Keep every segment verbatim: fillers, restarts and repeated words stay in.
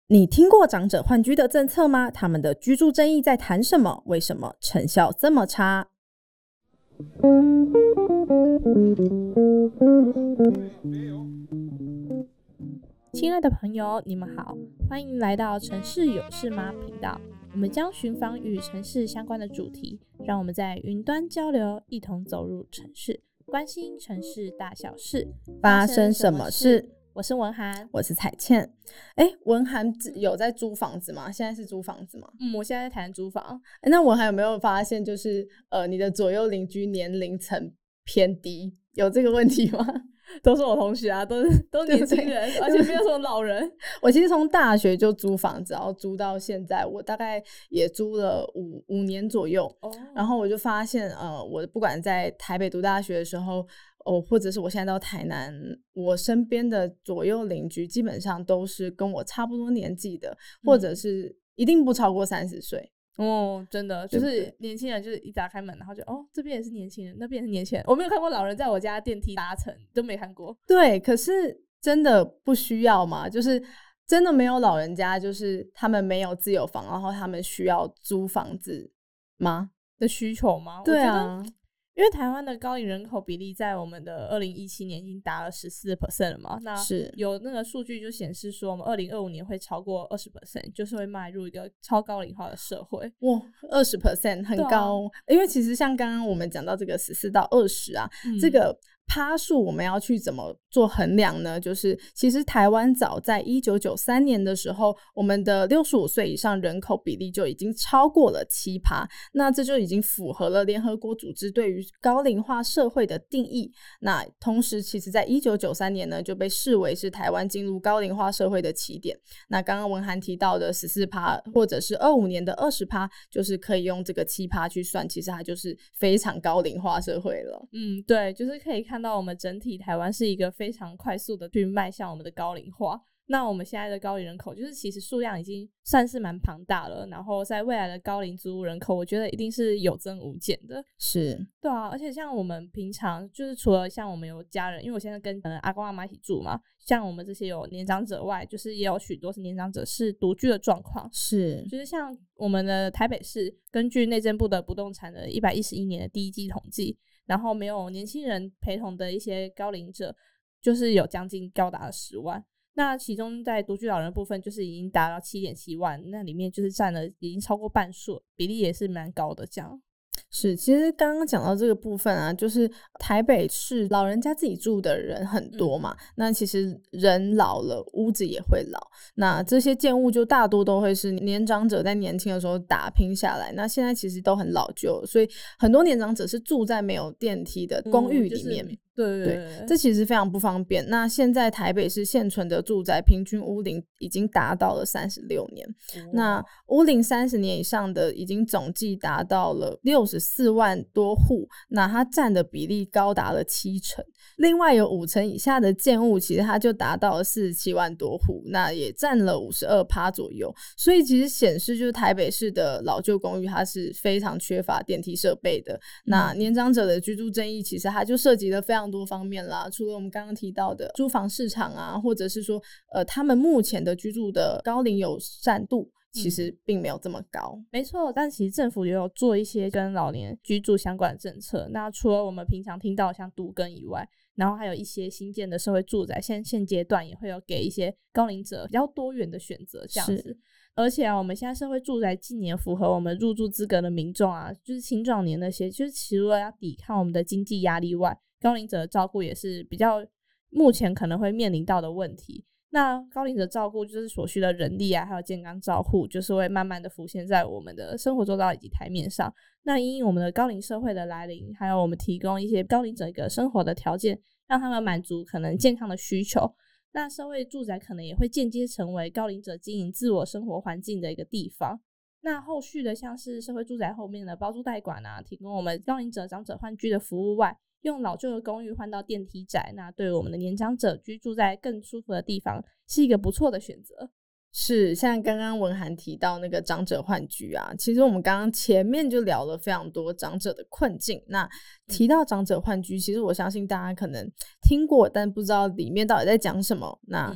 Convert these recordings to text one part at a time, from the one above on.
你听过长者换居的政策吗？他们的居住争议在谈什么？为什么成效这么差？ 亲爱的朋友，你们好，欢迎来到城市有事吗频道。我们将寻访与城市相关的主题，让我们在云端交流，一同走入城市，关心城市大小事。 发生什么事？ 我是文涵， 我是彩倩。哎，文涵有在租房子吗？现在是租房子吗？ 嗯，我现在在台南租房。 那文涵有没有发现，就是呃，你的左右邻居年龄层偏低，有这个问题吗？ 都是我同学啊，都是都是年轻人，而且没有什么老人。 我其实从大学就租房子，然后租到现在，我大概也租了五五年左右。哦，然后我就发现，呃，我不管在台北读大学的时候，哦，或者是我现在到台南，我身边的左右邻居基本上都是跟我差不多年纪的，或者是一定不超过三十岁。 哦，真的就是年轻人，就是一打开门，然后就哦，这边也是年轻人，那边也是年轻人。我没有看过老人在我家电梯搭乘，都没看过。 对，可是真的不需要吗？就是真的没有老人家，就是他们没有自有房，然后他们需要租房子吗？ 的需求吗？ 对啊。 因为台湾的高龄人口比例在我们的二零一七年已经达了 百分之十四 了嘛，那是有那个数据就显示说我们二零二五年会超过 百分之二十， 就是会迈入一个超高龄化的社会。 哇 百分之二十 很高。啊，因为其实像刚刚我们讲到这个十四到二十啊，嗯，这个趴数我们要去怎么做衡量呢？就是其实台湾早在一九九三年的时候，我们的六十五岁以上人口比例就已经超过了 百分之七， 那这就已经符合了联合国组织对于高龄化社会的定义。那同时其实在一九九三年呢，就被视为是台湾进入高龄化社会的起点。那刚刚文涵提到的 百分之十四 或者是二五年的 百分之二十， 就是可以用这个 百分之七 去算，其实它就是非常高龄化社会了。 嗯，对，就是可以看到我们整体台湾是一个非常快速的去迈向我们的高龄化。那我们现在的高龄人口就是其实数量已经算是蛮庞大了，然后在未来的高龄租屋人口我觉得一定是有增无减的。 是， 对啊，而且像我们平常就是除了像我们有家人，因为我现在跟、呃、阿公阿妈一起住嘛，像我们这些有年长者外，就是也有许多是年长者是独居的状况。 是， 就是像我们的台北市根据内政部的不动产的一百一十一年的第一季统计，然后没有年轻人陪同的一些高龄者就是有将近高达了十万，那其中在独居老人的部分就是已经达到 七点七万，那里面就是占了已经超过半数，比例也是蛮高的这样。 是，其实刚刚讲到这个部分啊，就是台北市老人家自己住的人很多嘛，嗯，那其实人老了屋子也会老，那这些建物就大多都会是年长者在年轻的时候打拼下来，那现在其实都很老旧，所以很多年长者是住在没有电梯的公寓里面，嗯，就是对对 对, 对，这其实非常不方便。那现在台北市现存的住宅平均屋龄已经达到了三十六年，哦，那屋龄三十年以上的已经总计达到了六十四万多户，那它占的比例高达了七成。另外有五成以下的建物，其实它就达到了四十七万多户，那也占了 百分之五十二 左右。所以其实显示就是台北市的老旧公寓它是非常缺乏电梯设备的。那年长者的居住争议其实它就涉及了非常多方面啦，除了我们刚刚提到的租房市场啊，或者是说呃他们目前的居住的高龄友善度其实并没有这么高。 嗯，没错，但其实政府也有做一些跟老年居住相关的政策。那除了我们平常听到像都更以外，然后还有一些新建的社会住宅，现现阶段也会有给一些高龄者比较多元的选择这样子。而且啊，我们现在社会住宅近年符合我们入住资格的民众啊，就是青壮年那些，就是除了要抵抗我们的经济压力外，高龄者的照顾也是比较目前可能会面临到的问题。那高龄者照顾就是所需的人力啊，还有健康照护，就是会慢慢的浮现在我们的生活周遭以及台面上。那因应我们的高龄社会的来临，还有我们提供一些高龄者一个生活的条件，让他们满足可能健康的需求。那社会住宅可能也会间接成为高龄者经营自我生活环境的一个地方。那后续的像是社会住宅后面的包租代管啊，提供我们高龄者长者换居的服务外，用老旧的公寓换到电梯宅，那对我们的年长者居住在更舒服的地方是一个不错的选择。 是，像刚刚文涵提到那个长者换居啊，其实我们刚刚前面就聊了非常多长者的困境。那提到长者换居，其实我相信大家可能听过，但不知道里面到底在讲什么。那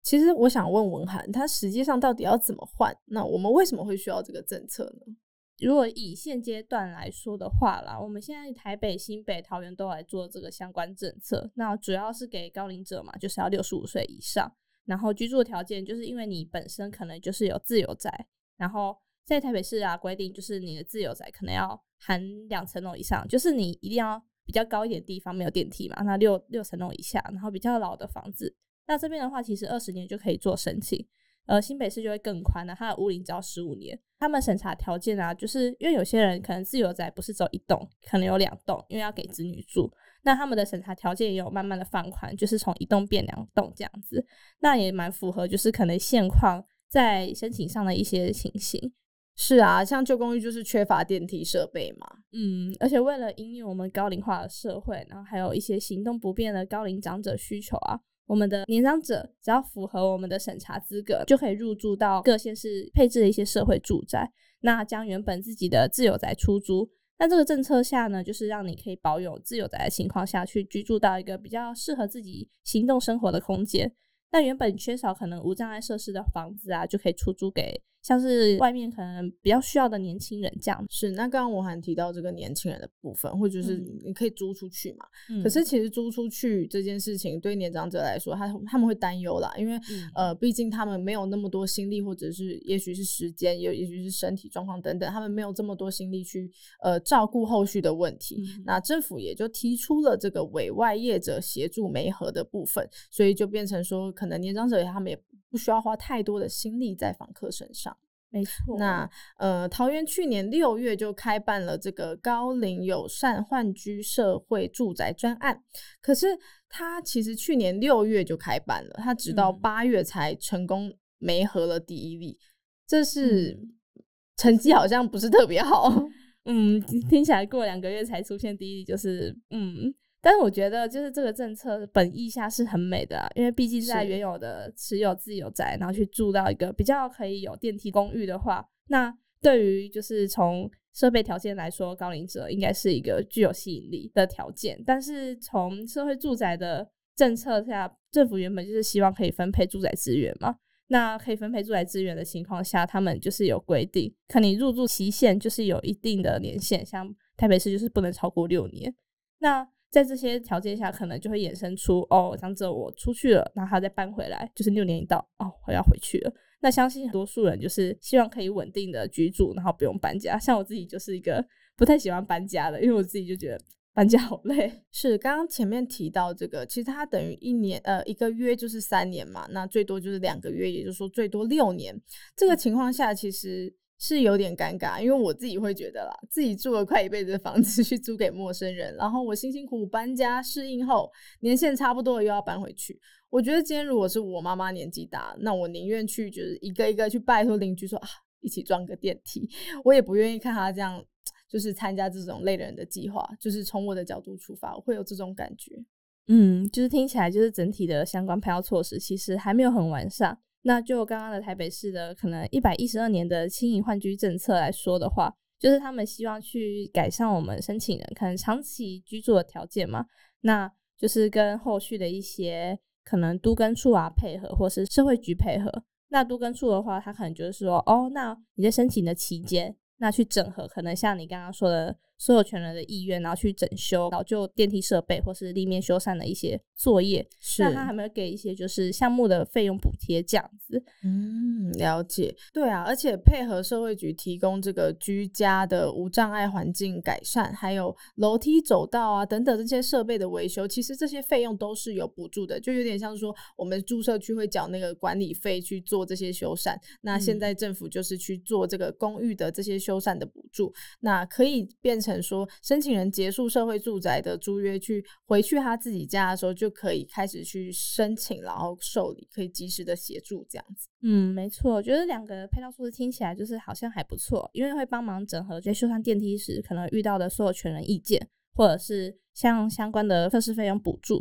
其实我想问文涵，它实际上到底要怎么换？那我们为什么会需要这个政策呢？ 如果以现阶段来说的话啦，我们现在台北、新北、桃园都来做这个相关政策，那主要是给高龄者嘛，就是要六十五岁以上，然后居住的条件就是因为你本身可能就是有自有宅，然后在台北市啊规定就是你的自有宅可能要含两层楼以上，就是你一定要比较高一点的地方没有电梯嘛，那六六层楼以下，然后比较老的房子，那这边的话其实二十年就可以做申请。呃，新北市就会更宽了、啊，它的屋龄只要十五年。他们审查条件啊，就是因为有些人可能自有宅不是只有一栋，可能有两栋，因为要给子女住。那他们的审查条件也有慢慢的放宽，就是从一栋变两栋这样子。那也蛮符合就是可能现况在申请上的一些情形。 是啊，像旧公寓就是缺乏电梯设备嘛。 嗯，而且为了因应我们高龄化的社会，然后还有一些行动不便的高龄长者需求啊。我们的年长者只要符合我们的审查资格，就可以入住到各县市配置的一些社会住宅，那将原本自己的自有宅出租。那这个政策下呢，就是让你可以保有自有宅的情况下去居住到一个比较适合自己行动生活的空间。那原本缺少可能无障碍设施的房子啊，就可以出租给像是外面可能比较需要的年轻人这样。 是，那刚刚我还提到这个年轻人的部分，或者是你可以租出去嘛、嗯、可是其实租出去这件事情对年长者来说，他他们会担忧啦，因为、嗯、呃，毕竟他们没有那么多心力，或者是也许是时间，也也许是身体状况等等，他们没有这么多心力去呃照顾后续的问题、嗯、那政府也就提出了这个委外业者协助媒合的部分，所以就变成说可能年长者他们也不需要花太多的心力在访客身上。 没错， 那呃，桃园去年六月就开办了这个高龄友善换居社会住宅专案，可是他其实去年六月就开办了，他直到八月才成功媒合了第一例，这是、嗯、成绩好像不是特别好。 嗯，听起来过两个月才出现第一例，就是嗯。但是我觉得就是这个政策本意下是很美的啊，因为毕竟在原有的持有自有宅，然后去住到一个比较可以有电梯公寓的话，那对于就是从设备条件来说，高龄者应该是一个具有吸引力的条件。但是从社会住宅的政策下，政府原本就是希望可以分配住宅资源嘛，那可以分配住宅资源的情况下，他们就是有规定，可你入住期限就是有一定的年限，像台北市就是不能超过六年。那在这些条件下，可能就会衍生出哦，长者我出去了，然后他再搬回来，就是六年一到，哦，我要回去了。那相信很多数人就是希望可以稳定的居住，然后不用搬家。像我自己就是一个不太喜欢搬家的，因为我自己就觉得搬家好累。 是，刚刚前面提到这个，其实它等于一年呃一个约就是三年嘛，那最多就是两个月，也就是说最多六年。这个情况下，其实是有点尴尬，因为我自己会觉得啦，自己住了快一辈子的房子去租给陌生人，然后我辛辛苦苦搬家适应后，年限差不多又要搬回去。我觉得今天如果是我妈妈年纪大，那我宁愿去就是一个一个去拜托邻居说啊，一起装个电梯，我也不愿意看他这样就是参加这种累人的计划。就是从我的角度出发，我会有这种感觉。 嗯，就是听起来就是整体的相关配套措施其实还没有很完善。那就刚刚的台北市的可能一百一十二年的轻盈换居政策来说的话，就是他们希望去改善我们申请人可能长期居住的条件嘛，那就是跟后续的一些可能都更处啊配合，或是社会局配合。那都更处的话，他可能就是说哦，那你在申请的期间，那去整合可能像你刚刚说的所有权人的意愿，然后去整修老旧电梯设备或是立面修缮的一些作业，那他还没有给一些就是项目的费用补贴这样子。 嗯，了解。对啊，而且配合社会局提供这个居家的无障碍环境改善，还有楼梯走道啊等等这些设备的维修，其实这些费用都是有补助的，就有点像说我们住社区会缴那个管理费去做这些修缮，那现在政府就是去做这个公寓的这些修缮的补助，那可以变成说申请人结束社会住宅的租约去回去他自己家的时候，就可以开始去申请，然后受理，可以及时的协助这样子。 嗯，没错，我觉得两个配套措施听起来就是好像还不错，因为会帮忙整合在修缮电梯时可能遇到的所有权人意见，或者是像相关的设施费用补助，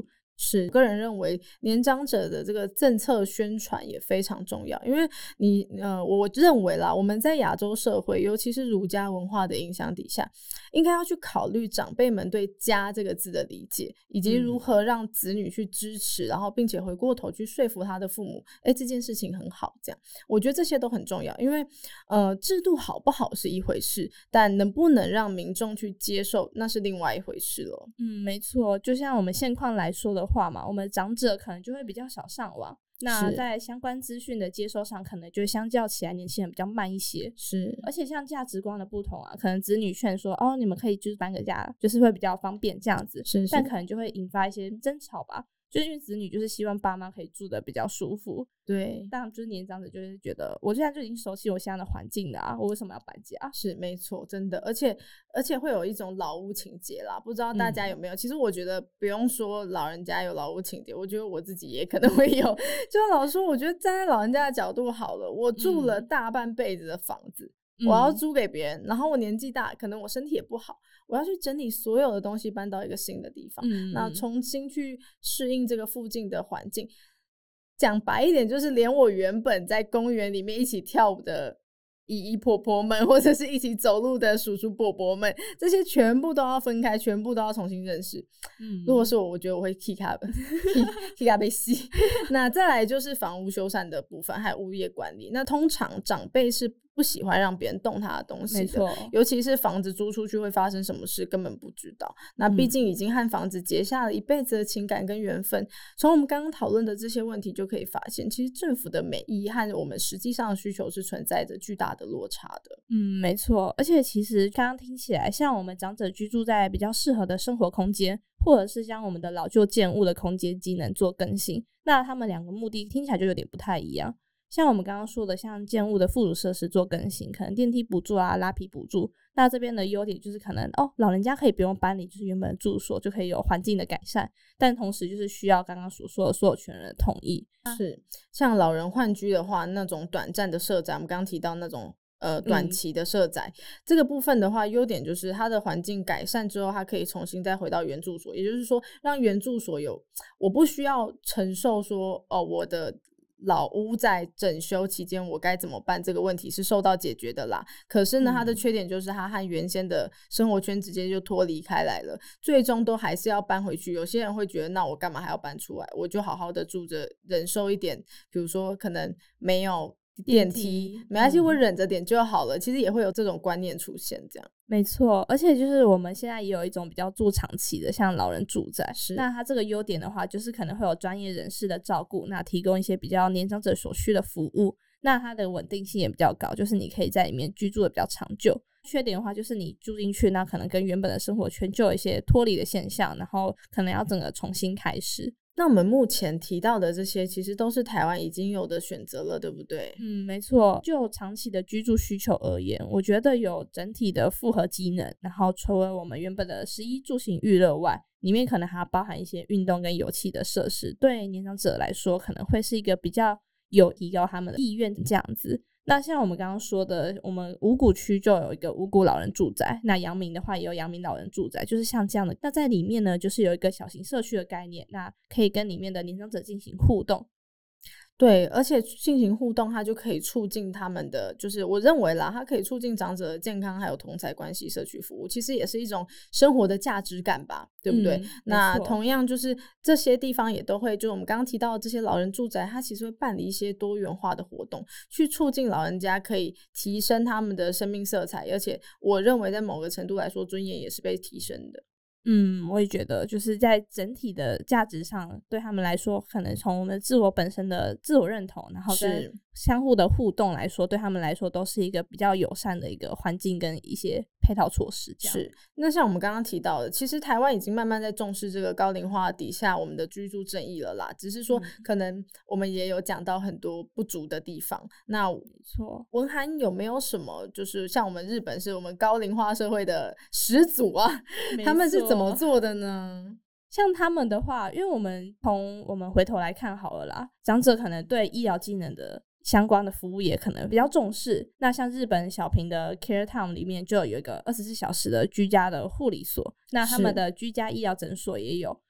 是，个人认为年长者的这个政策宣传也非常重要，因为你呃，我认为啦，我们在亚洲社会，尤其是儒家文化的影响底下，应该要去考虑长辈们对家这个字的理解，以及如何让子女去支持，然后并且回过头去说服他的父母，哎，这件事情很好，这样我觉得这些都很重要，因为呃，制度好不好是一回事，但能不能让民众去接受，那是另外一回事了。 嗯，没错，就像我们现况来说的话嘛，我们长者可能就会比较少上网，那在相关资讯的接收上，可能就相较起来年轻人比较慢一些。 是， 而且像价值观的不同啊，可能子女劝说哦，你们可以就是搬个家，就是会比较方便这样子， 是是， 但可能就会引发一些争吵吧。就是因为子女就是希望爸妈可以住得比较舒服， 对， 但就是年长者就是觉得我现在就已经熟悉我现在的环境了啊，我为什么要搬家？ 是没错，真的，而且而且会有一种老屋情节啦，不知道大家有没有、嗯、其实我觉得不用说老人家有老屋情节，我觉得我自己也可能会有，就是老实说我觉得站在老人家的角度好了，我住了大半辈子的房子、嗯、我要租给别人，然后我年纪大，可能我身体也不好，我要去整理所有的东西搬到一个新的地方、嗯、那重新去适应这个附近的环境，讲白一点就是连我原本在公园里面一起跳舞的姨姨婆婆们，或者是一起走路的叔叔伯伯们，这些全部都要分开，全部都要重新认识、嗯、如果是我我觉得我会 kick up kick up 被戏那再来就是房屋修缮的部分还有物业管理，那通常长辈是不喜欢让别人动他的东西的，尤其是房子租出去会发生什么事根本不知道，那毕竟已经和房子结下了一辈子的情感跟缘分、嗯、从我们刚刚讨论的这些问题就可以发现，其实政府的美意和我们实际上的需求是存在着巨大的落差的。 嗯，没错，而且其实刚刚听起来像我们长者居住在比较适合的生活空间，或者是将我们的老旧建物的空间机能做更新，那他们两个目的听起来就有点不太一样。像我们刚刚说的像建物的附属设施做更新，可能电梯补助啊拉皮补助，那这边的优点就是可能哦老人家可以不用搬离就是原本的住所，就可以有环境的改善，但同时就是需要刚刚所说的所有权人的同意。 是，像老人换居的话，那种短暂的社宅，我们刚刚提到那种呃短期的社宅、嗯、这个部分的话，优点就是它的环境改善之后，它可以重新再回到原住所，也就是说让原住所有我不需要承受说哦我的老屋在整修期间我该怎么办这个问题是受到解决的啦，可是呢、嗯、它的缺点就是它和原先的生活圈直接就脱离开来了，最终都还是要搬回去。有些人会觉得那我干嘛还要搬出来，我就好好的住着忍受一点，比如说可能没有电梯, 电梯没关系、嗯、我忍着点就好了，其实也会有这种观念出现这样。 没错，而且就是我们现在也有一种比较住长期的像老人住宅， 是那它这个优点的话就是可能会有专业人士的照顾，那提供一些比较年长者所需的服务，那它的稳定性也比较高，就是你可以在里面居住的比较长久。缺点的话就是你住进去那可能跟原本的生活圈就有一些脱离的现象，然后可能要整个重新开始。 那我们目前提到的这些其实都是台湾已经有的选择了，对不对？ 嗯，没错，就长期的居住需求而言，我觉得有整体的复合机能，然后除了我们原本的食衣住行娱乐外，里面可能还包含一些运动跟游憩的设施，对年长者来说可能会是一个比较有提高他们的意愿这样子。那像我们刚刚说的，我们五股区就有一个五股老人住宅，那阳明的话也有阳明老人住宅，就是像这样的。那在里面呢就是有一个小型社区的概念，那可以跟里面的年长者进行互动。 对，而且进行互动它就可以促进他们的，就是我认为啦，它可以促进长者的健康还有同侪关系社区服务，其实也是一种生活的价值感吧，对不对？嗯、那同样就是这些地方也都会，就是我们刚刚提到的这些老人住宅，它其实会办理一些多元化的活动，去促进老人家可以提升他们的生命色彩，而且我认为在某个程度来说尊严也是被提升的。 嗯，我也觉得就是在整体的价值上对他们来说，可能从我们自我本身的自我认同，然后跟相互的互动来说，对他们来说都是一个比较友善的一个环境跟一些配套措施这样。 是，那像我们刚刚提到的，其实台湾已经慢慢在重视这个高龄化底下我们的居住正义了啦，只是说可能我们也有讲到很多不足的地方。那没错， 文涵有没有什么就是像我们日本是我们高龄化社会的始祖啊，他们是怎么做的呢？ 像他们的话，因为我们从我们回头来看好了啦，长者可能对医疗技能的相关的服务也可能比较重视。那像日本小平的 Care Town 里面就有一个二十四小时的居家的护理所，那他们的居家医疗诊所也有。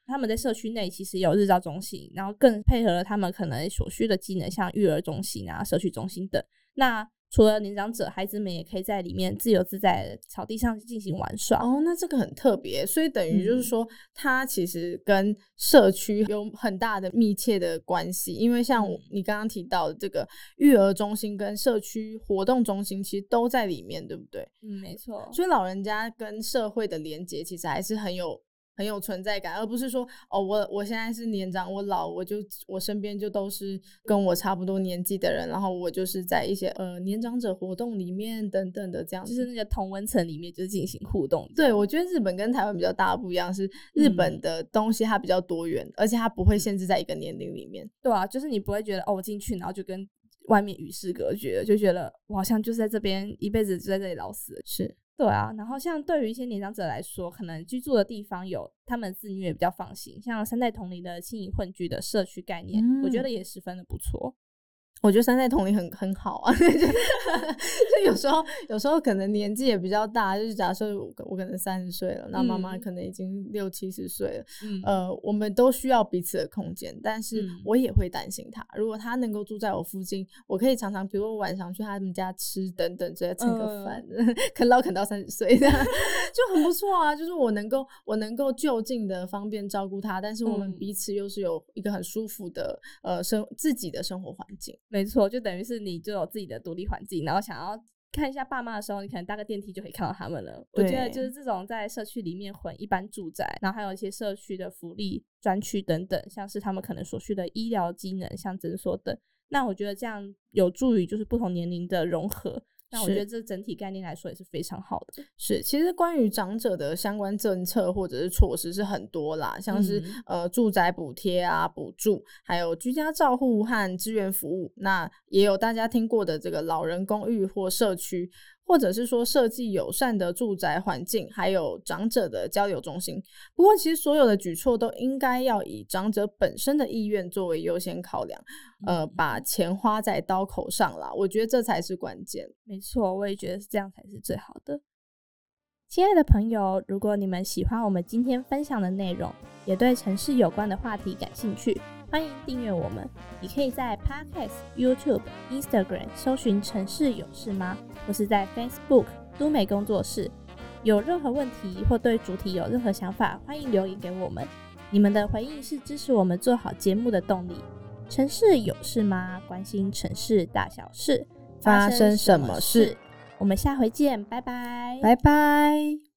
他们在社区内其实有日照中心，然后更配合了他们可能所需的技能，像育儿中心啊、社区中心等。那除了年长者，孩子们也可以在里面自由自在的草地上进行玩耍。 哦，那这个很特别，所以等于就是说、嗯、它其实跟社区有很大的密切的关系，因为像你刚刚提到的这个育儿中心跟社区活动中心其实都在里面，对不对？ 嗯，没错。 所以老人家跟社会的连结其实还是很有很有存在感，而不是说哦，我我现在是年长，我老，我就我身边就都是跟我差不多年纪的人，然后我就是在一些呃年长者活动里面等等的这样子， 就是那个同温层里面就是进行互动。 对，我觉得日本跟台湾比较大的不一样是，日本的东西它比较多元、嗯，而且它不会限制在一个年龄里面。 对啊，就是你不会觉得哦，我进去然后就跟外面与世隔绝，就觉得我好像就是在这边一辈子就在这里老死。 是。 对啊，然后像对于一些年长者来说，可能居住的地方有他们自虐比较放心，像三代同龄的轻盈混居的社区概念、嗯、我觉得也十分的不错。 我觉得三代同龄很很好啊，就有时候有时候可能年纪也比较大，就是假设我我可能三十岁了，那妈妈可能已经六七十岁了、嗯，呃，我们都需要彼此的空间，但是我也会担心他，如果他能够住在我附近，我可以常常比如我晚上去他们家吃等等，直接蹭个饭，嗯、啃老啃到三十岁，就很不错啊。就是我能够我能够就近的方便照顾他，但是我们彼此又是有一个很舒服的呃生自己的生活环境。 没错，就等于是你就有自己的独立环境，然后想要看一下爸妈的时候，你可能搭个电梯就可以看到他们了。我觉得就是这种在社区里面混一般住宅，然后还有一些社区的福利专区等等，像是他们可能所需的医疗机能，像诊所等。那我觉得这样有助于就是不同年龄的融合。那我觉得这整体概念来说也是非常好的。 是，其实关于长者的相关政策或者是措施是很多啦，像是、嗯、呃住宅补贴啊、补助，还有居家照护和支援服务。那也有大家听过的这个老人公寓或社区，或者是说设计友善的住宅环境，还有长者的交流中心。不过其实所有的举措都应该要以长者本身的意愿作为优先考量，呃，把钱花在刀口上啦，我觉得这才是关键。 没错，我也觉得这样才是最好的。亲爱的朋友，如果你们喜欢我们今天分享的内容，也对城市有关的话题感兴趣，欢迎订阅我们。你可以在 Podcast、YouTube、Instagram 搜寻城市有事吗？或是在 Facebook 都美工作室。有任何问题或对主题有任何想法，欢迎留言给我们。你们的回应是支持我们做好节目的动力。城市有事吗？关心城市大小事， 发生什么事？ 我们下回见，拜拜， 拜拜。